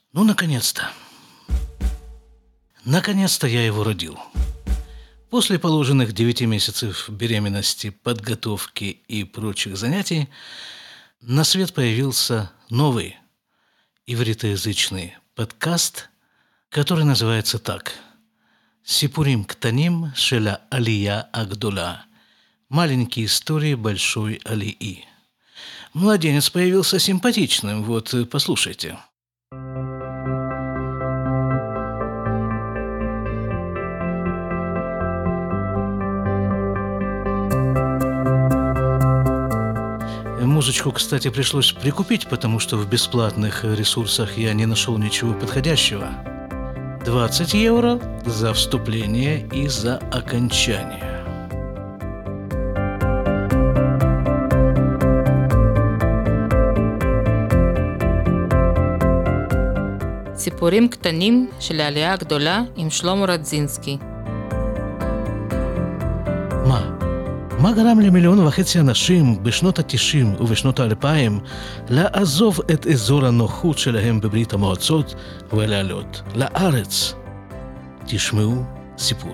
Ну, наконец-то. Наконец-то я его родил. После положенных 9 месяцев беременности, подготовки и прочих занятий на свет появился новый ивритоязычный подкаст, который называется так: «Сипурим ктаним шеля алия агдола». Маленькие истории большой алии. Младенец появился симпатичным, вот послушайте. Музычку, кстати, пришлось прикупить, потому что в бесплатных ресурсах я не нашел ничего подходящего. 20 евро за вступление и за окончание. סיפורים קטנים של העלייה הגדולה עם שלמה רדזינסקי. מה גרם למיליון וחצי אנשים בשנות ה-90 ובשנות ה-2000 לעזוב את אזור הנוחות שלהם בברית המועצות ולעלות לארץ? תשמעו סיפור.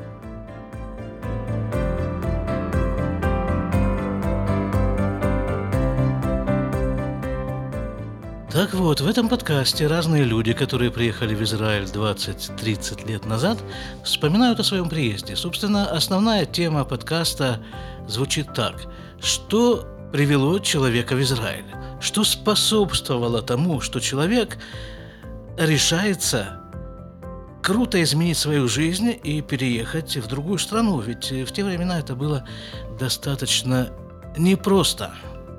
Так вот, в этом подкасте разные люди, которые приехали в Израиль 20-30 лет назад, вспоминают о своем приезде. Собственно, основная тема подкаста звучит так: что привело человека в Израиль? Что способствовало тому, что человек решается круто изменить свою жизнь и переехать в другую страну? Ведь в те времена это было достаточно непросто.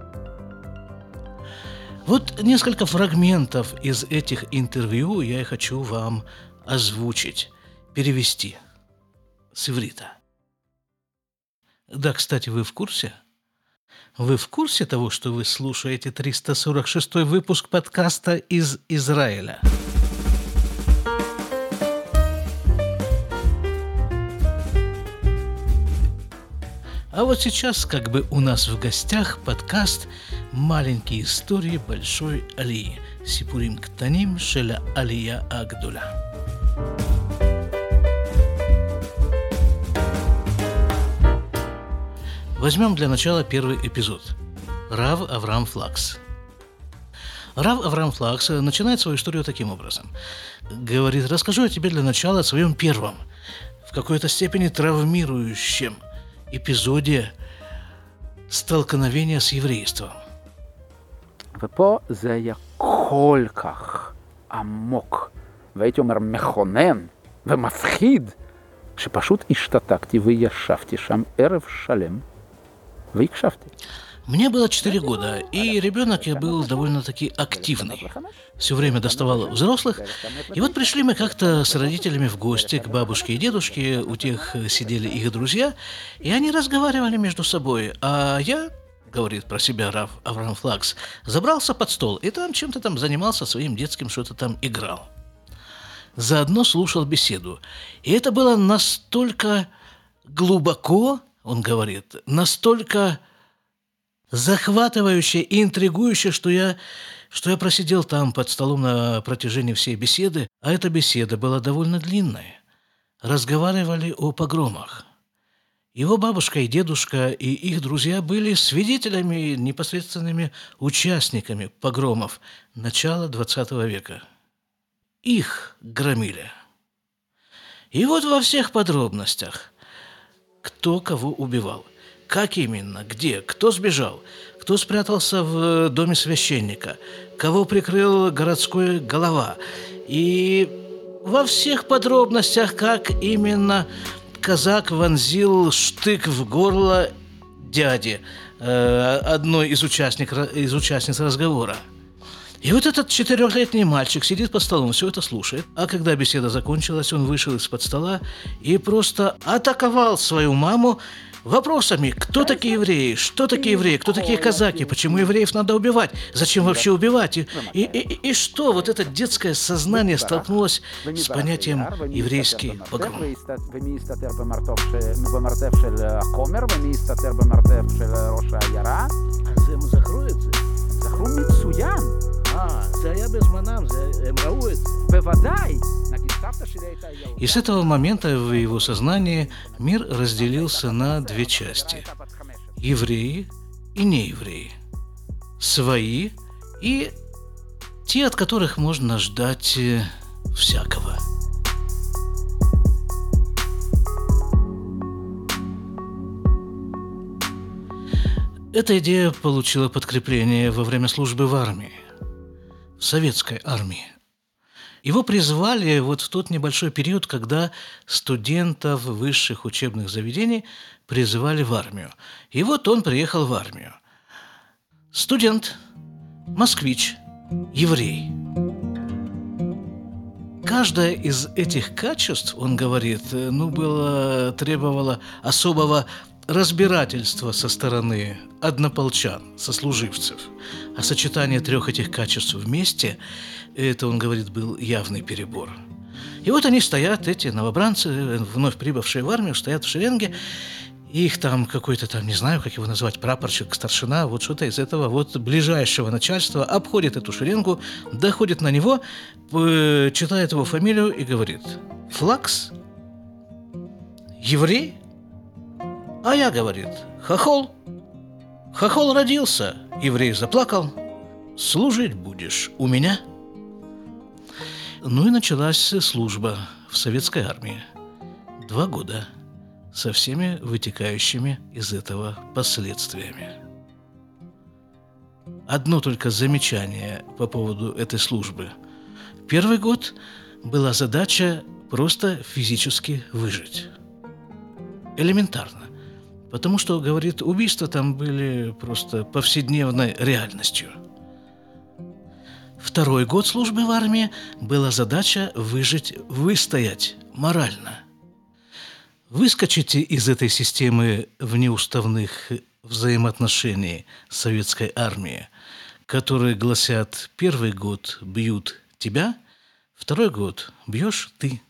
Вот несколько фрагментов из этих интервью я и хочу вам озвучить, перевести с иврита. Да, кстати, вы в курсе? Вы в курсе того, что вы слушаете 346-й выпуск подкаста из Израиля? А вот сейчас как бы у нас в гостях подкаст «Маленькие истории большой алии». «Сипурим ктаним шеля алия агдола». Возьмем для начала первый эпизод. Рав Авраам Флакс. Рав Авраам Флакс начинает свою историю таким образом. Говорит: расскажу я тебе для начала о своем первом, в какой-то степени травмирующем эпизоде столкновения с еврейством. ופה זה היה כל כך עמוק, והייתי אומר מכונן ומפחיד, שפשוט השתתקתי וישבתי שם ערב שלם והקשבתי. Мне было 4 года, и ребенок я был довольно-таки активный. Все время доставал взрослых. И вот пришли мы как-то с родителями в гости к бабушке и дедушке, у тех сидели их друзья, и они разговаривали между собой. А я, говорит про себя Рав Авраам Флакс, забрался под стол и там чем-то там занимался своим детским, что-то там играл. Заодно слушал беседу. И это было настолько глубоко, он говорит, настолько захватывающе и интригующе, что я просидел там под столом на протяжении всей беседы, а эта беседа была довольно длинная. Разговаривали о погромах. Его бабушка и дедушка и их друзья были свидетелями, непосредственными участниками погромов начала XX века. Их громили. И вот во всех подробностях, кто кого убивал. Как именно, где, кто сбежал, кто спрятался в доме священника, кого прикрыл городской голова. И во всех подробностях, как именно казак вонзил штык в горло дяди, одной из участниц разговора. И вот этот 4-летний мальчик сидит под столом, все это слушает. А когда беседа закончилась, он вышел из-под стола и просто атаковал свою маму вопросами: кто такие евреи, что такие евреи, кто такие казаки, почему евреев надо убивать, зачем вообще убивать, и что вот это детское сознание столкнулось с понятием еврейский погром. זה היה בזמנם И с этого момента в его сознании мир разделился на две части: евреи и неевреи, свои и те, от которых можно ждать всякого. Эта идея получила подкрепление во время службы в армии, в советской армии. Его призвали вот в тот небольшой период, когда студентов высших учебных заведений призывали в армию. И вот он приехал в армию. Студент, москвич, еврей. Каждое из этих качеств, он говорит, требовало особого разбирательства со стороны однополчан, сослуживцев. А сочетание трех этих качеств вместе, это, он говорит, был явный перебор. И вот они стоят, эти новобранцы, вновь прибывшие в армию, стоят в шеренге. Их там какой-то там, не знаю, как его назвать, прапорщик, старшина, вот что-то из этого вот ближайшего начальства обходит эту шеренгу, доходит на него, читает его фамилию и говорит: «Флакс? Еврей?» А я, говорит, хохол. Хохол родился, еврей заплакал. Служить будешь у меня. Ну и началась служба в советской армии. 2 года со всеми вытекающими из этого последствиями. Одно только замечание по поводу этой службы. 1 год была задача просто физически выжить. Элементарно. Потому что, говорит, убийства там были просто повседневной реальностью. 2 год службы в армии была задача выжить, выстоять морально. Выскочите из этой системы внеуставных взаимоотношений советской армии, которые гласят: 1 год бьют тебя, 2 год бьешь ты.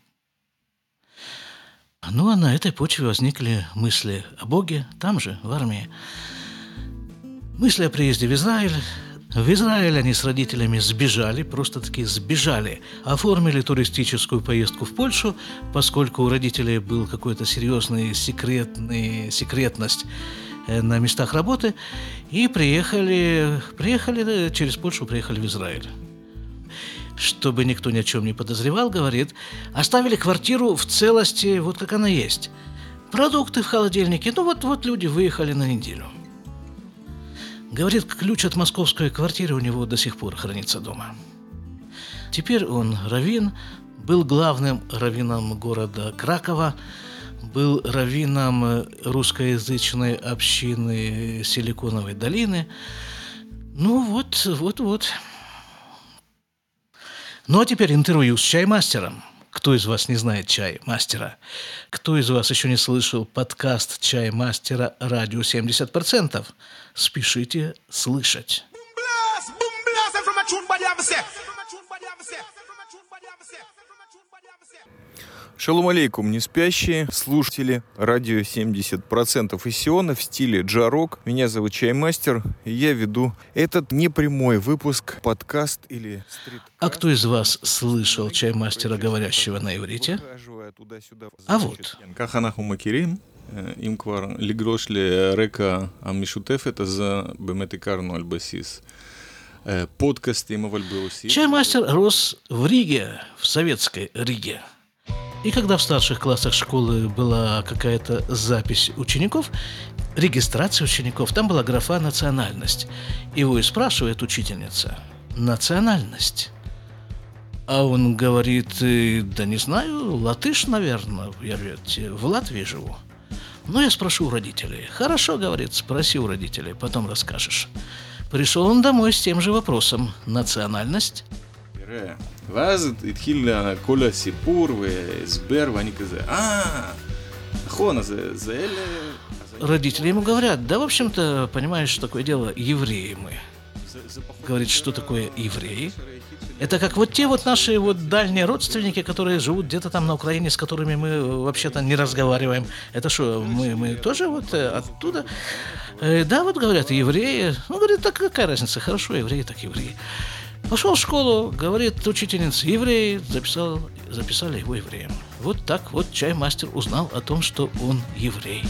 Ну, а на этой почве возникли мысли о Боге, там же, в армии. Мысли о приезде в Израиль. В Израиль они с родителями сбежали, просто-таки сбежали. Оформили туристическую поездку в Польшу, поскольку у родителей был какой-то серьезный секретность на местах работы. И приехали через Польшу, приехали в Израиль. Чтобы никто ни о чем не подозревал, говорит, оставили квартиру в целости, вот как она есть. Продукты в холодильнике, вот люди выехали на неделю. Говорит, ключ от московской квартиры у него до сих пор хранится дома. Теперь он раввин, был главным раввином города Кракова, был раввином русскоязычной общины Силиконовой долины. Вот. Ну, а теперь интервью с чаймастером. Кто из вас не знает чаймастера? Кто из вас еще не слышал подкаст чаймастера «Радио 70%»? Спешите слышать. Шалом алейкум, не спящие слушатели радио 70% из Сиона в стиле джарок. Меня зовут Чаймастер, и я веду этот непрямой выпуск, подкаст или стриткаст. А кто из вас слышал чаймастера, говорящего на иврите? А вот. כך אנחנו מכירים, אם כבר לגלוש לרקע המשותף, אז באמת הכרנו על בסיס подкастים, אבל ברוסית. Чаймастер рос в Риге, в советской Риге. И когда в старших классах школы была какая-то запись учеников, регистрация учеников, там была графа «национальность». Его и спрашивает учительница: «Национальность?» А он говорит: «Да не знаю, латыш, наверное, я ведь в Латвии живу». Ну, я спрошу у родителей. «Хорошо, — говорит, — спроси у родителей, потом расскажешь». Пришел он домой с тем же вопросом: «Национальность?» ואז התחיל כל הסיפור והסבר, ואני כזה, נכון, אז זה אלה... Родители ему говорят: «Да, в общем-то, понимаешь, что такое дело, евреи мы». Говорит, что такое евреи? Это как вот те вот наши вот дальние родственники, которые живут где-то там на Украине, с которыми мы вообще-то не разговариваем. Это что, мы тоже вот оттуда? Да, вот говорят, евреи. Ну, говорит, так какая разница, хорошо, евреи, так евреи. Пошел в школу, говорит учительница, еврей, записали его евреем. Вот так вот чаймастер узнал о том, что он еврей.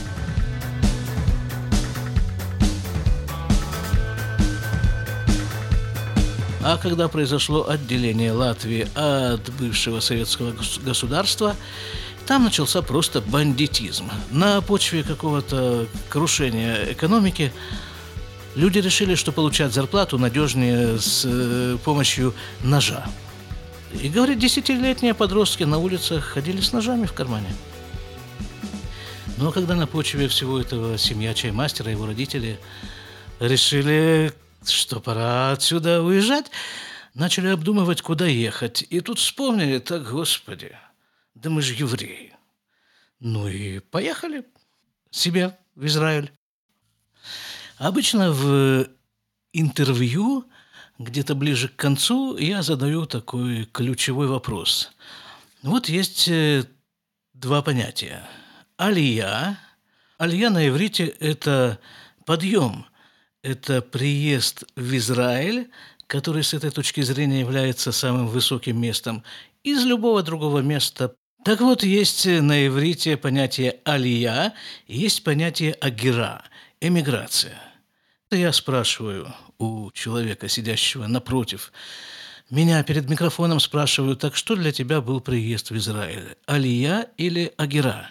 А когда произошло отделение Латвии от бывшего советского государства, там начался просто бандитизм. На почве какого-то крушения экономики люди решили, что получать зарплату надежнее с помощью ножа. И, говорит, 10-летние подростки на улицах ходили с ножами в кармане. Но когда на почве всего этого семья чаймастера и его родители решили, что пора отсюда уезжать, начали обдумывать, куда ехать. И тут вспомнили, так, господи, да мы же евреи. Ну и поехали себе в Израиль. Обычно в интервью, где-то ближе к концу, я задаю такой ключевой вопрос. Вот есть два понятия. Алия. Алия на иврите – это подъем. Это приезд в Израиль, который с этой точки зрения является самым высоким местом, из любого другого места. Так вот, есть на иврите понятие алия, есть понятие агира, эмиграция. Я спрашиваю у человека, сидящего напротив, меня перед микрофоном спрашивают, так что для тебя был приезд в Израиль, алия или агира?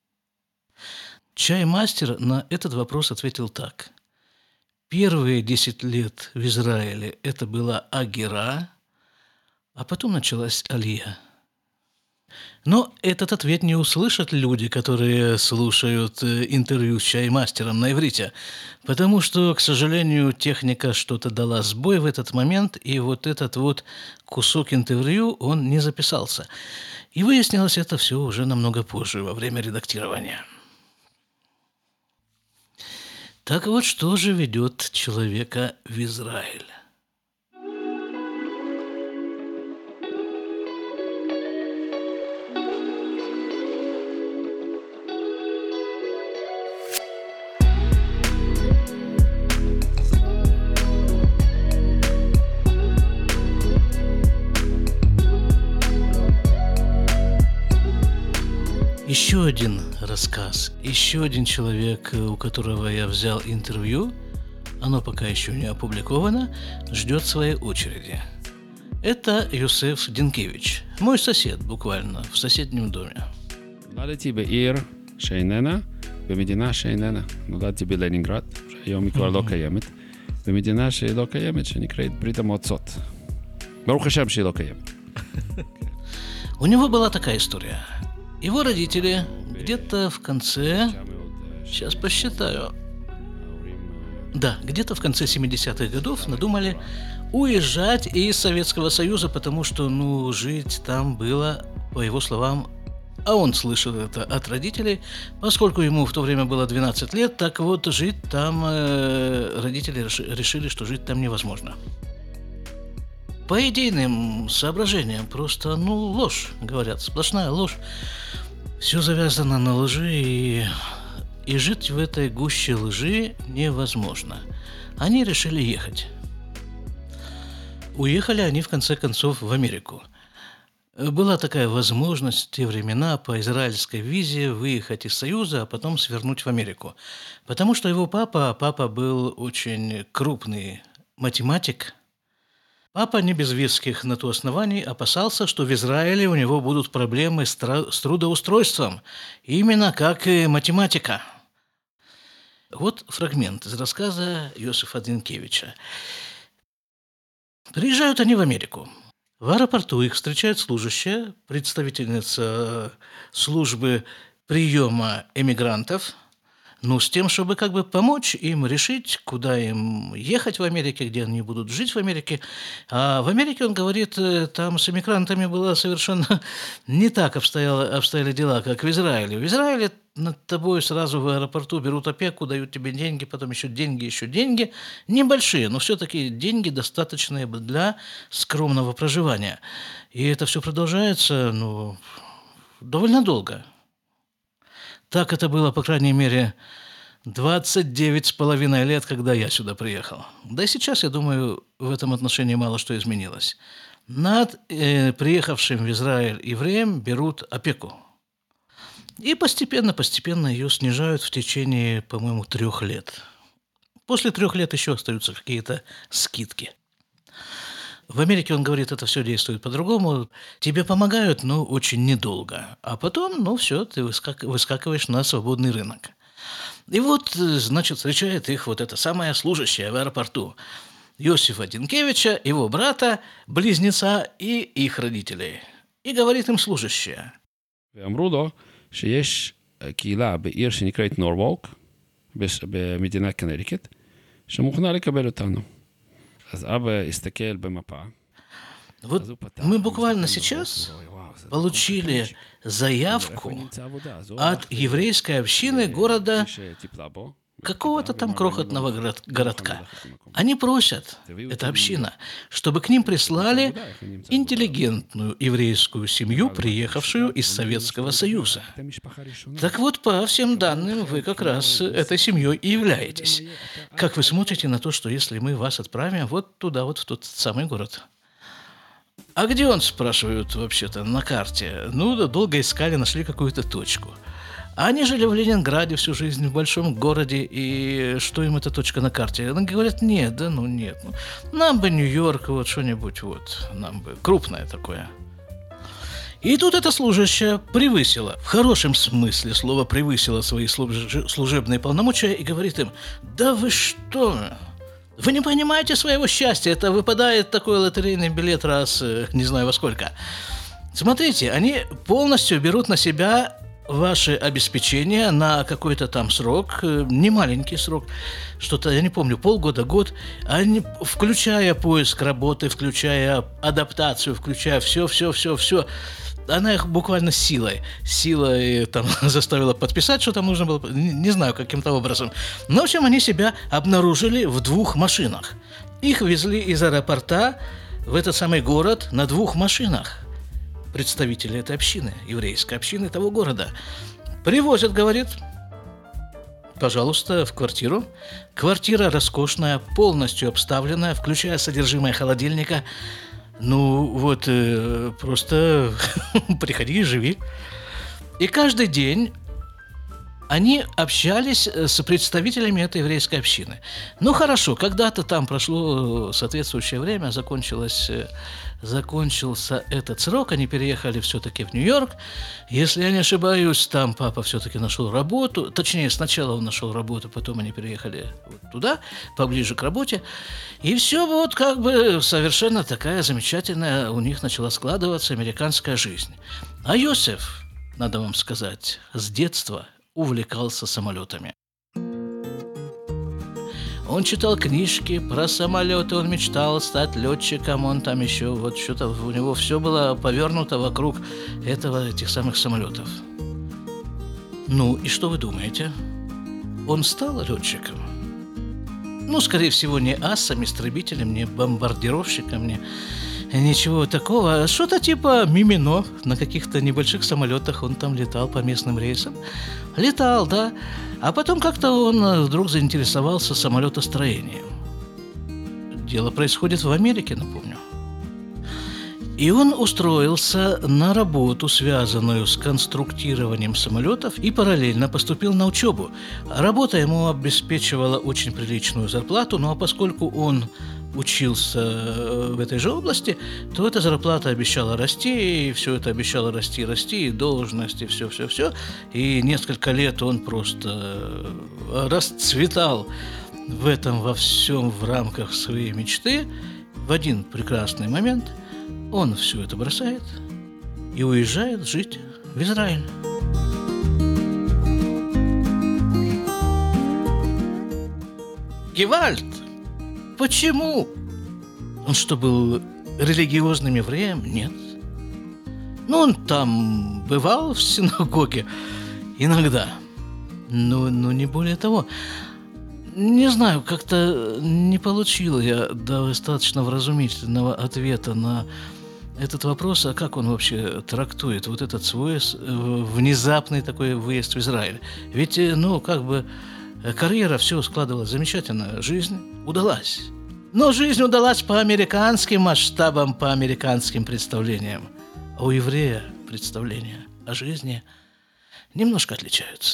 Чаймастер на этот вопрос ответил так. Первые 10 лет в Израиле это была агира, а потом началась алия. Но этот ответ не услышат люди, которые слушают интервью с чаймастером на иврите, потому что, к сожалению, техника что-то дала сбой в этот момент, и вот этот вот кусок интервью, он не записался. И выяснилось это все уже намного позже, во время редактирования. Так вот, что же ведет человека в Израиль? Еще один рассказ, еще один человек, у которого я взял интервью, оно пока еще не опубликовано, ждет своей очереди. Это Йосеф Динкевич, мой сосед буквально, в соседнем доме. נולדתי בעיר שאיננה, במדינה שאיננה. נולדתי בלנינגרד, שהיום היא כבר לא קיימת, במדינה שהיא לא קיימת, שנקראת ברית המועצות. ברוך השם שהיא לא קיימת. У него была такая история. Его родители где-то в конце, сейчас посчитаю, да, где-то в конце 70-х годов надумали уезжать из Советского Союза, потому что, жить там было, по его словам, а он слышал это от родителей, поскольку ему в то время было 12 лет, так вот жить там, родители решили, что жить там невозможно. По идейным соображениям просто, ложь, говорят, сплошная ложь. Все завязано на лжи, и жить в этой гуще лжи невозможно. Они решили ехать. Уехали они, в конце концов, в Америку. Была такая возможность в те времена по израильской визе выехать из Союза, а потом свернуть в Америку. Потому что его папа был очень крупный математик. Папа не без веских на то оснований опасался, что в Израиле у него будут проблемы с трудоустройством, именно как и математика. Вот фрагмент из рассказа Йосефа Динкевича. Приезжают они в Америку. В аэропорту их встречает служащая, представительница службы приема эмигрантов, с тем, чтобы помочь им решить, куда им ехать в Америке, где они будут жить в Америке. А в Америке, он говорит, там с эмигрантами было совершенно не так обстояли дела, как в Израиле. В Израиле над тобой сразу в аэропорту берут опеку, дают тебе деньги, потом еще деньги. Небольшие, но все-таки деньги достаточные для скромного проживания. И это все продолжается, довольно долго. Так это было, по крайней мере, 29,5 лет, когда я сюда приехал. Да и сейчас, я думаю, в этом отношении мало что изменилось. Над приехавшим в Израиль евреем берут опеку. И постепенно ее снижают в течение, по-моему, 3 лет. После 3 лет еще остаются какие-то скидки. В Америке, он говорит, это все действует по-другому. Тебе помогают, но очень недолго. А потом, все, ты выскакиваешь на свободный рынок. И вот, значит, встречает их вот эта самая служащая в аэропорту. Йосифа Динкевича, его брата, близнеца и их родителей. И говорит им служащая. ואמרו לו שיש קהילה בעיר שנקראת נורבורק, במדינת קנטיקט, שמוכנה לקבל אותנו. אז אבא הסתכל במפה. Вот мы буквально сейчас получили заявку от еврейской общины города какого-то там крохотного городка. Они просят, эта община, чтобы к ним прислали интеллигентную еврейскую семью, приехавшую из Советского Союза. Так вот, по всем данным, вы как раз этой семьей и являетесь. Как вы смотрите на то, что если мы вас отправим вот туда, вот в тот самый город? А где он, спрашивают вообще-то на карте? Долго искали, нашли какую-то точку. Они жили в Ленинграде всю жизнь, в большом городе, и что им эта точка на карте? Они говорят, нет. Нам бы Нью-Йорк, вот что-нибудь, нам бы крупное такое. И тут эта служащая превысила, в хорошем смысле слова превысила свои служебные полномочия и говорит им, да вы что, вы не понимаете своего счастья, это выпадает такой лотерейный билет раз, не знаю во сколько. Смотрите, они полностью берут на себя ваше обеспечение на какой-то там срок, не маленький срок, что-то, я не помню, полгода, год, они, включая поиск работы, включая адаптацию, включая все, она их буквально силой там заставила подписать, что там нужно было, не знаю, каким-то образом. Но, в общем, они себя обнаружили в 2 машинах. Их везли из аэропорта в этот самый город на 2 машинах. Представители этой общины, еврейской общины того города. Привозят, говорит, пожалуйста, в квартиру. Квартира роскошная, полностью обставленная, включая содержимое холодильника. Просто приходи и живи. И каждый день они общались с представителями этой еврейской общины. Хорошо, когда-то там прошло соответствующее время, закончился этот срок, они переехали все-таки в Нью-Йорк. Если я не ошибаюсь, там папа все-таки нашел работу. Точнее, сначала он нашел работу, потом они переехали туда, поближе к работе. И все совершенно такая замечательная у них начала складываться американская жизнь. А Йосеф, надо вам сказать, с детства увлекался самолетами. Он читал книжки про самолеты, он мечтал стать летчиком, он там еще что-то, у него все было повернуто вокруг этих самых самолетов. И что вы думаете? Он стал летчиком? Скорее всего, не асом, истребителем, не бомбардировщиком, не ничего такого. Что-то типа Мимино. На каких-то небольших самолетах он там летал по местным рейсам. Летал, да. А потом как-то он вдруг заинтересовался самолетостроением. Дело происходит в Америке, напомню. И он устроился на работу, связанную с конструктированием самолетов, и параллельно поступил на учебу. Работа ему обеспечивала очень приличную зарплату, а поскольку он учился в этой же области, то эта зарплата обещала расти, и все это обещало расти, и должности, все. И несколько лет он просто расцветал в этом во всем в рамках своей мечты. В один прекрасный момент он все это бросает и уезжает жить в Израиль. Гевальд! Почему? Он что, был религиозным евреем? Нет. Он там бывал в синагоге иногда, но не более того. Не знаю, как-то не получил я достаточно вразумительного ответа на этот вопрос, а как он вообще трактует этот свой внезапный такой выезд в Израиль. Ведь, карьера, все складывалось замечательно, жизнь удалась. Но жизнь удалась по американским масштабам, по американским представлениям. А у еврея представления о жизни немножко отличаются.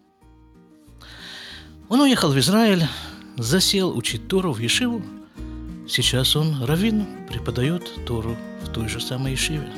Он уехал в Израиль, засел учить Тору в ешиву. Сейчас он раввин, преподает Тору в той же самой ешиве.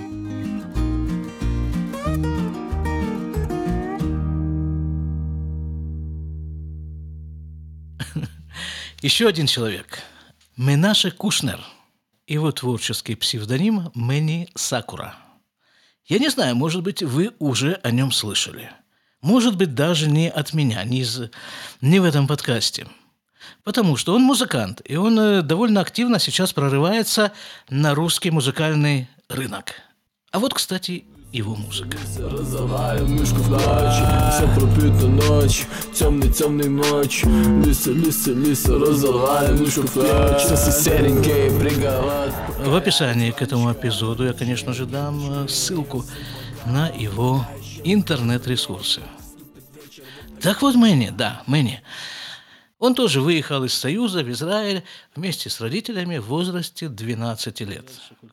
Еще один человек. Менаше Кушнер. Его творческий псевдоним Мени Сакура. Я не знаю, может быть, вы уже о нем слышали. Может быть, даже не от меня, не в этом подкасте. Потому что он музыкант, и он довольно активно сейчас прорывается на русский музыкальный рынок. А вот, кстати, его музыка. Разорваем мышку в ночь, все пропито ночь, темный ночь. Лиса, разорваем мышку в ночь, все серенькие приговор. В описании к этому эпизоду я, конечно же, дам ссылку на его интернет-ресурсы. Так вот, Мэнни. Он тоже выехал из Союза в Израиль вместе с родителями в возрасте 12 лет.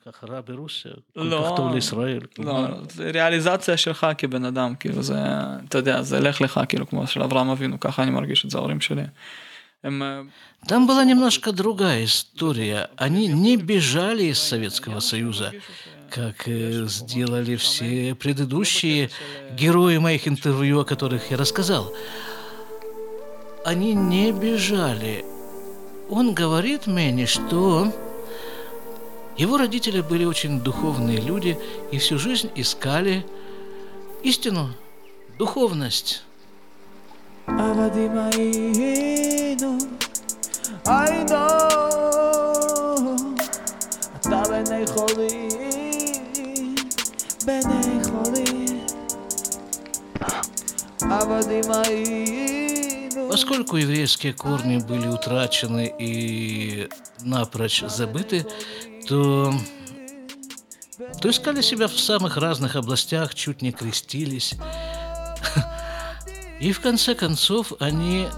לא, זה ריאליזציה שלך כבן אדם, כאילו זה, אתה יודע, זה לך לך, כאילו כמו של אברהם אבינו, ככה אני מרגיש את זה, ההורים שלי. Там была немножко другая история. Они не бежали из Советского Союза, как сделали все предыдущие герои моих интервью, о которых я рассказал. Они не бежали. Он говорит мне, что его родители были очень духовные люди и всю жизнь искали истину, духовность. Поскольку еврейские корни были утрачены и напрочь забыты, то искали себя в самых разных областях, чуть не крестились. И в конце концов они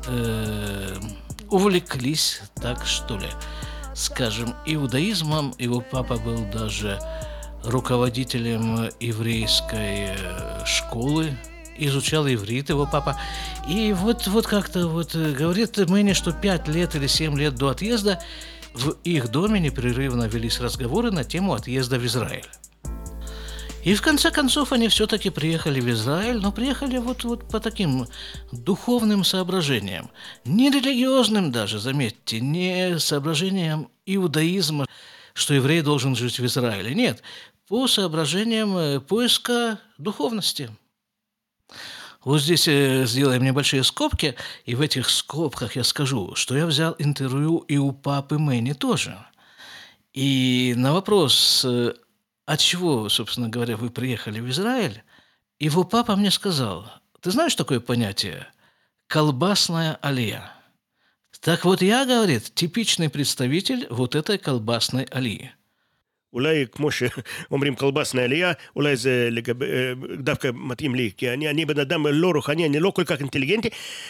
увлеклись, так что ли, скажем, иудаизмом. Его папа был даже руководителем еврейской школы, изучал иврит его папа. И вот как-то говорит Мэнни, что 5 лет или 7 лет до отъезда в их доме непрерывно велись разговоры на тему отъезда в Израиль. И в конце концов они все-таки приехали в Израиль, но приехали вот по таким духовным соображениям. Не религиозным даже, заметьте, не соображениям иудаизма, что еврей должен жить в Израиле. Нет, по соображениям поиска духовности. Вот здесь сделаем небольшие скобки, и в этих скобках я скажу, что я взял интервью и у папы Мэнни тоже. И на вопрос, от чего, собственно говоря, вы приехали в Израиль, его папа мне сказал: ты знаешь такое понятие «колбасная алия»? Так вот я, говорит, типичный представитель вот этой колбасной алии. אולי כמו שאומרים קלבסנה עלייה, אולי זה דווקא מתאים לי, כי אני בן אדם לא רוחני, אני לא כל כך אינטליגנטי,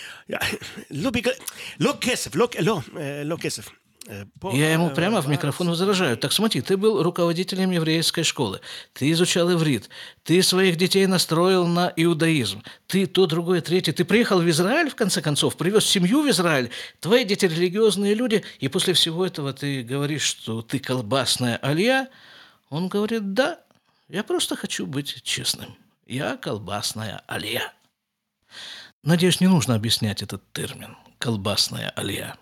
לא כסף, לא כסף. Я ему прямо в микрофон возражаю: так смотри, ты был руководителем еврейской школы, ты изучал иврит, ты своих детей настроил на иудаизм, ты то, другое, третье, ты приехал в Израиль, в конце концов, привез семью в Израиль, твои дети религиозные люди, и после всего этого ты говоришь, что ты колбасная алия. Он говорит: да, я просто хочу быть честным, я колбасная алия. Надеюсь, не нужно объяснять этот термин «колбасная алия».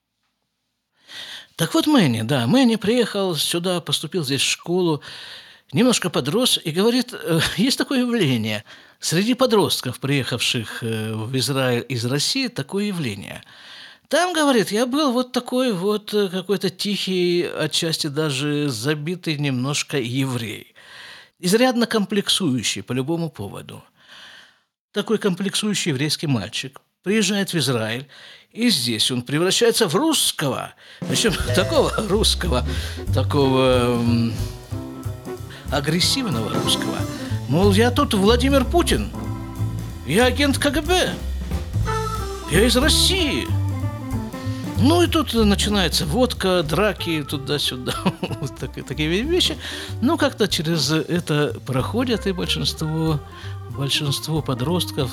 Так вот Мэнни приехал сюда, поступил здесь в школу, немножко подрос и говорит, есть такое явление. Среди подростков, приехавших в Израиль из России, такое явление. Там, говорит, я был вот такой вот какой-то тихий, отчасти даже забитый немножко еврей. Изрядно комплексующий по любому поводу. Такой комплексующий еврейский мальчик приезжает в Израиль, и здесь он превращается в русского. Причем такого русского, такого агрессивного русского. Мол, я тут Владимир Путин, я агент КГБ. Я из России. Ну и тут начинается водка, драки, туда-сюда, вот такие вещи. Но как-то через это проходят, и большинство подростков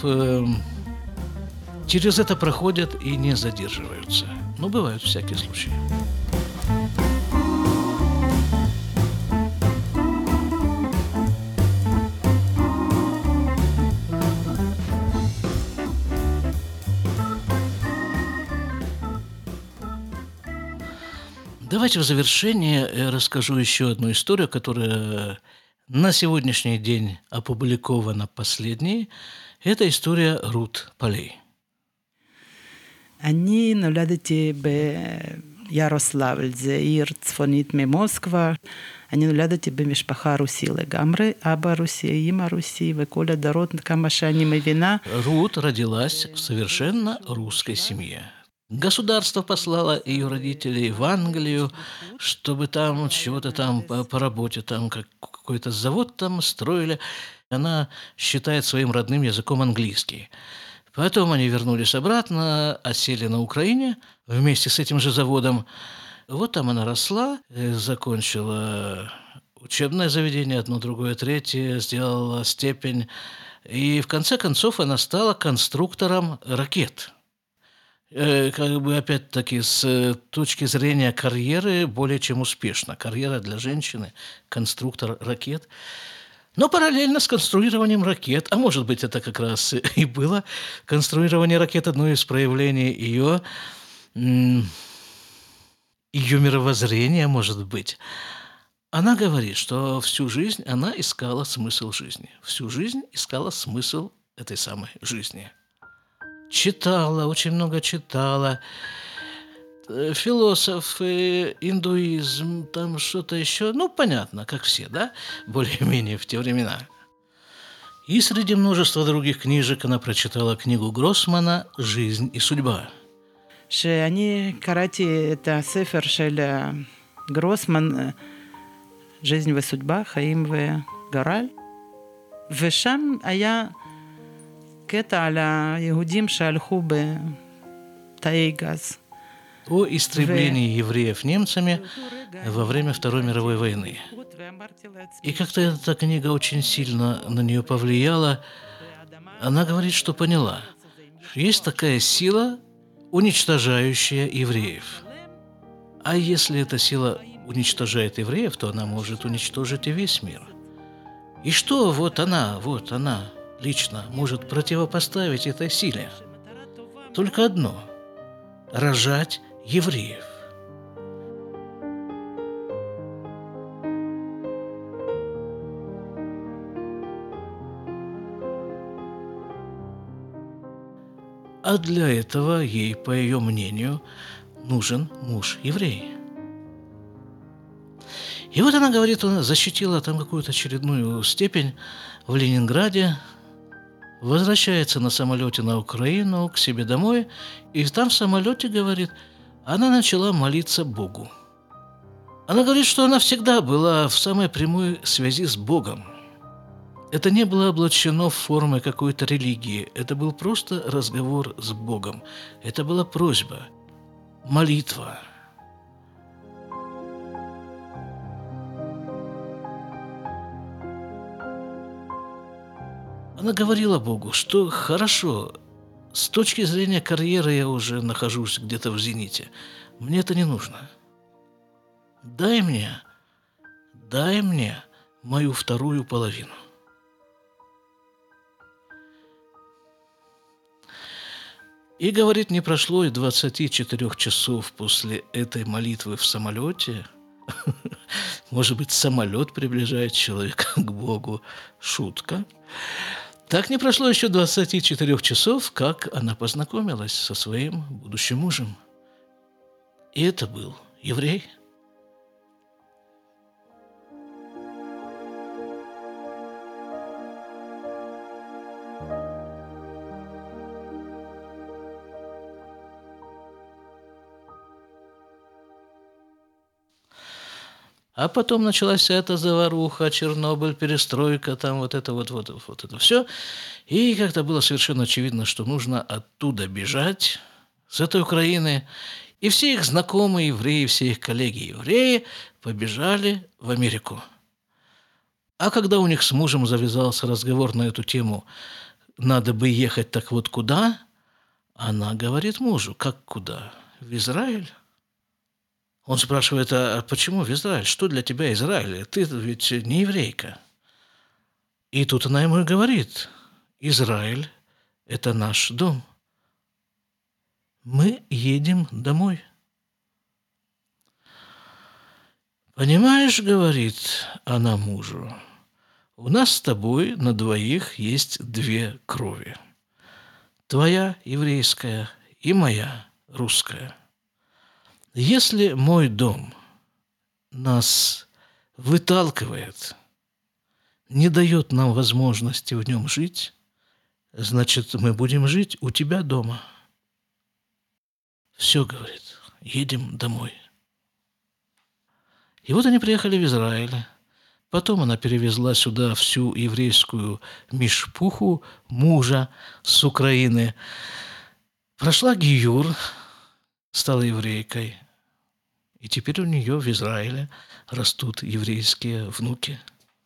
через это проходят и не задерживаются. Ну, бывают всякие случаи. Давайте в завершение расскажу еще одну историю, которая на сегодняшний день опубликована последней. Это история Рут Полей. אני נולדתי בירוסלבל, זה עיר צפונית ממוסקבה. אני נולדתי במשפחה רוסי לגמרי, אבא רוסי, אמא רוסי, וכל הדורות, כמה שאני מבינה. Рут родилась в совершенно русской семье. Государство послало ее родителей в Англию, чтобы там чего-то там по работе, там какой-то завод там строили. Она считает своим родным языком английский. Потом они вернулись обратно, осели на Украине вместе с этим же заводом. Вот там она росла, закончила учебное заведение, одно, другое, третье, сделала степень. И в конце концов она стала конструктором ракет. Как бы опять-таки с точки зрения карьеры более чем успешно. Карьера для женщины, конструктор ракет. Но параллельно с конструированием ракет, а может быть это как раз и было конструирование ракет, одно из проявлений ее мировоззрения, может быть. Она говорит, что всю жизнь она искала смысл жизни. Всю жизнь искала смысл этой самой жизни. Читала, очень много читала. Философы, индуизм, там что-то еще. Ну, понятно, как все, да? Более-менее в те времена. И среди множества других книжек она прочитала книгу Гроссмана «Жизнь и судьба». שאני קראתי את הספר של גרוסמן, жизнь וסודבה, חיים וגורל, ושם היה קטע על היהודים שהלכו בתאי גז. О истреблении евреев немцами во время Второй мировой войны. И как-то эта книга очень сильно на нее повлияла. Она говорит, что поняла. Есть такая сила, уничтожающая евреев. А если эта сила уничтожает евреев, то она может уничтожить и весь мир. И что вот она лично может противопоставить этой силе? Только одно – рожать евреев. А для этого ей, по ее мнению, нужен муж-еврей. И вот она говорит, она защитила там какую-то очередную степень в Ленинграде, возвращается на самолете на Украину, к себе домой, и там в самолете, говорит, она начала молиться Богу. Она говорит, что она всегда была в самой прямой связи с Богом. Это не было облачено в формы какой-то религии, это был просто разговор с Богом. Это была просьба, молитва. Она говорила Богу, что хорошо, с точки зрения карьеры я уже нахожусь где-то в зените. Мне это не нужно. Дай мне мою вторую половину. И, говорит, не прошло и 24 часов после этой молитвы в самолете. Может быть, самолет приближает человека к Богу. Шутка. Так не прошло еще 24 часов, как она познакомилась со своим будущим мужем. И это был еврей. А потом началась вся эта заваруха, Чернобыль, перестройка, там вот это все. И как-то было совершенно очевидно, что нужно оттуда бежать, с этой Украины. И все их знакомые евреи, все их коллеги-евреи побежали в Америку. А когда у них с мужем завязался разговор на эту тему, надо бы ехать так вот куда, она говорит мужу, как куда? В Израиль? Он спрашивает, а почему в Израиль? Что для тебя Израиль? Ты ведь не еврейка. И тут она ему и говорит, Израиль – это наш дом. Мы едем домой. Понимаешь, говорит она мужу, у нас с тобой на двоих есть две крови. Твоя еврейская и моя русская. Если мой дом нас выталкивает, не дает нам возможности в нем жить, значит, мы будем жить у тебя дома. Все, говорит, едем домой. И вот они приехали в Израиль. Потом она перевезла сюда всю еврейскую мишпуху мужа с Украины. Прошла гиюр, стала еврейкой. И теперь у нее в Израиле растут еврейские внуки.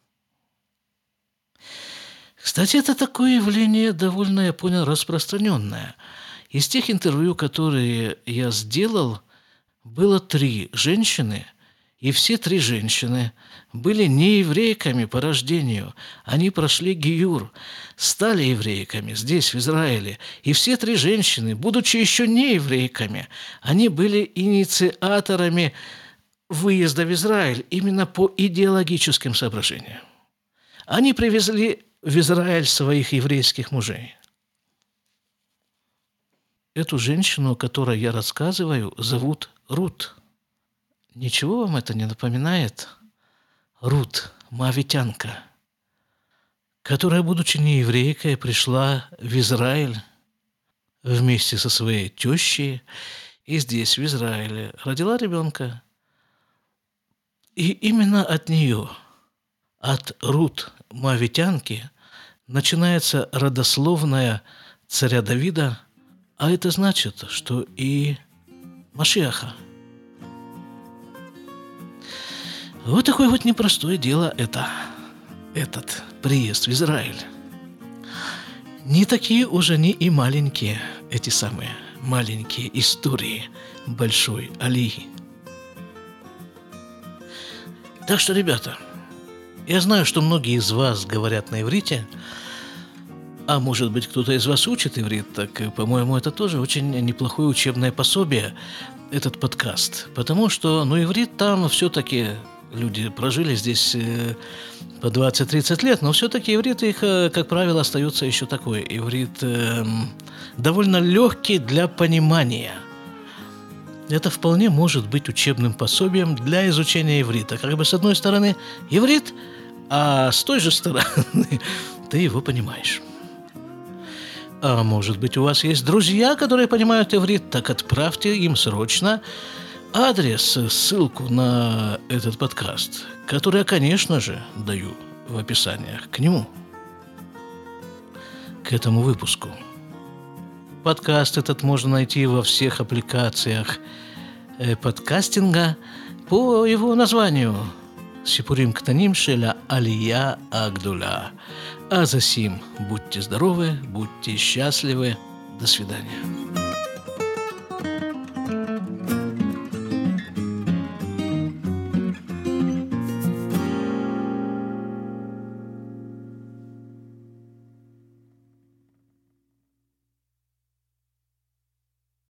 Кстати, это такое явление довольно, я понял, распространенное. Из тех интервью, которые я сделал, было 3 женщины, и все 3 женщины были не еврейками по рождению. Они прошли гиюр, стали еврейками здесь, в Израиле. И все 3 женщины, будучи еще не еврейками, они были инициаторами выезда в Израиль именно по идеологическим соображениям. Они привезли в Израиль своих еврейских мужей. Эту женщину, о которой я рассказываю, зовут Рут. Ничего вам это не напоминает? Рут, моавитянка, которая, будучи не еврейкой, пришла в Израиль вместе со своей тещей и здесь, в Израиле, родила ребенка. И именно от нее, от Рут, моавитянки, начинается родословная царя Давида, а это значит, что и Машиаха. Вот такое вот непростое дело этот приезд в Израиль. Не такие уже не и маленькие, эти самые маленькие истории большой алии. Так что, ребята, я знаю, что многие из вас говорят на иврите, а может быть, кто-то из вас учит иврит, так, по-моему, это тоже очень неплохое учебное пособие, этот подкаст. Потому что, иврит там все-таки люди прожили здесь по 20-30 лет, но все-таки иврит их, как правило, остается еще такой. Иврит довольно легкий для понимания. Это вполне может быть учебным пособием для изучения иврита. Как бы с одной стороны иврит, а с той же стороны ты его понимаешь. А может быть, у вас есть друзья, которые понимают иврит, так отправьте им срочно адрес, ссылку на этот подкаст, который я, конечно же, даю в описаниях к нему, к этому выпуску. Подкаст этот можно найти во всех аппликациях подкастинга по его названию «Сипурим ктаним шеля алия агдуля». А засим будьте здоровы, будьте счастливы. До свидания.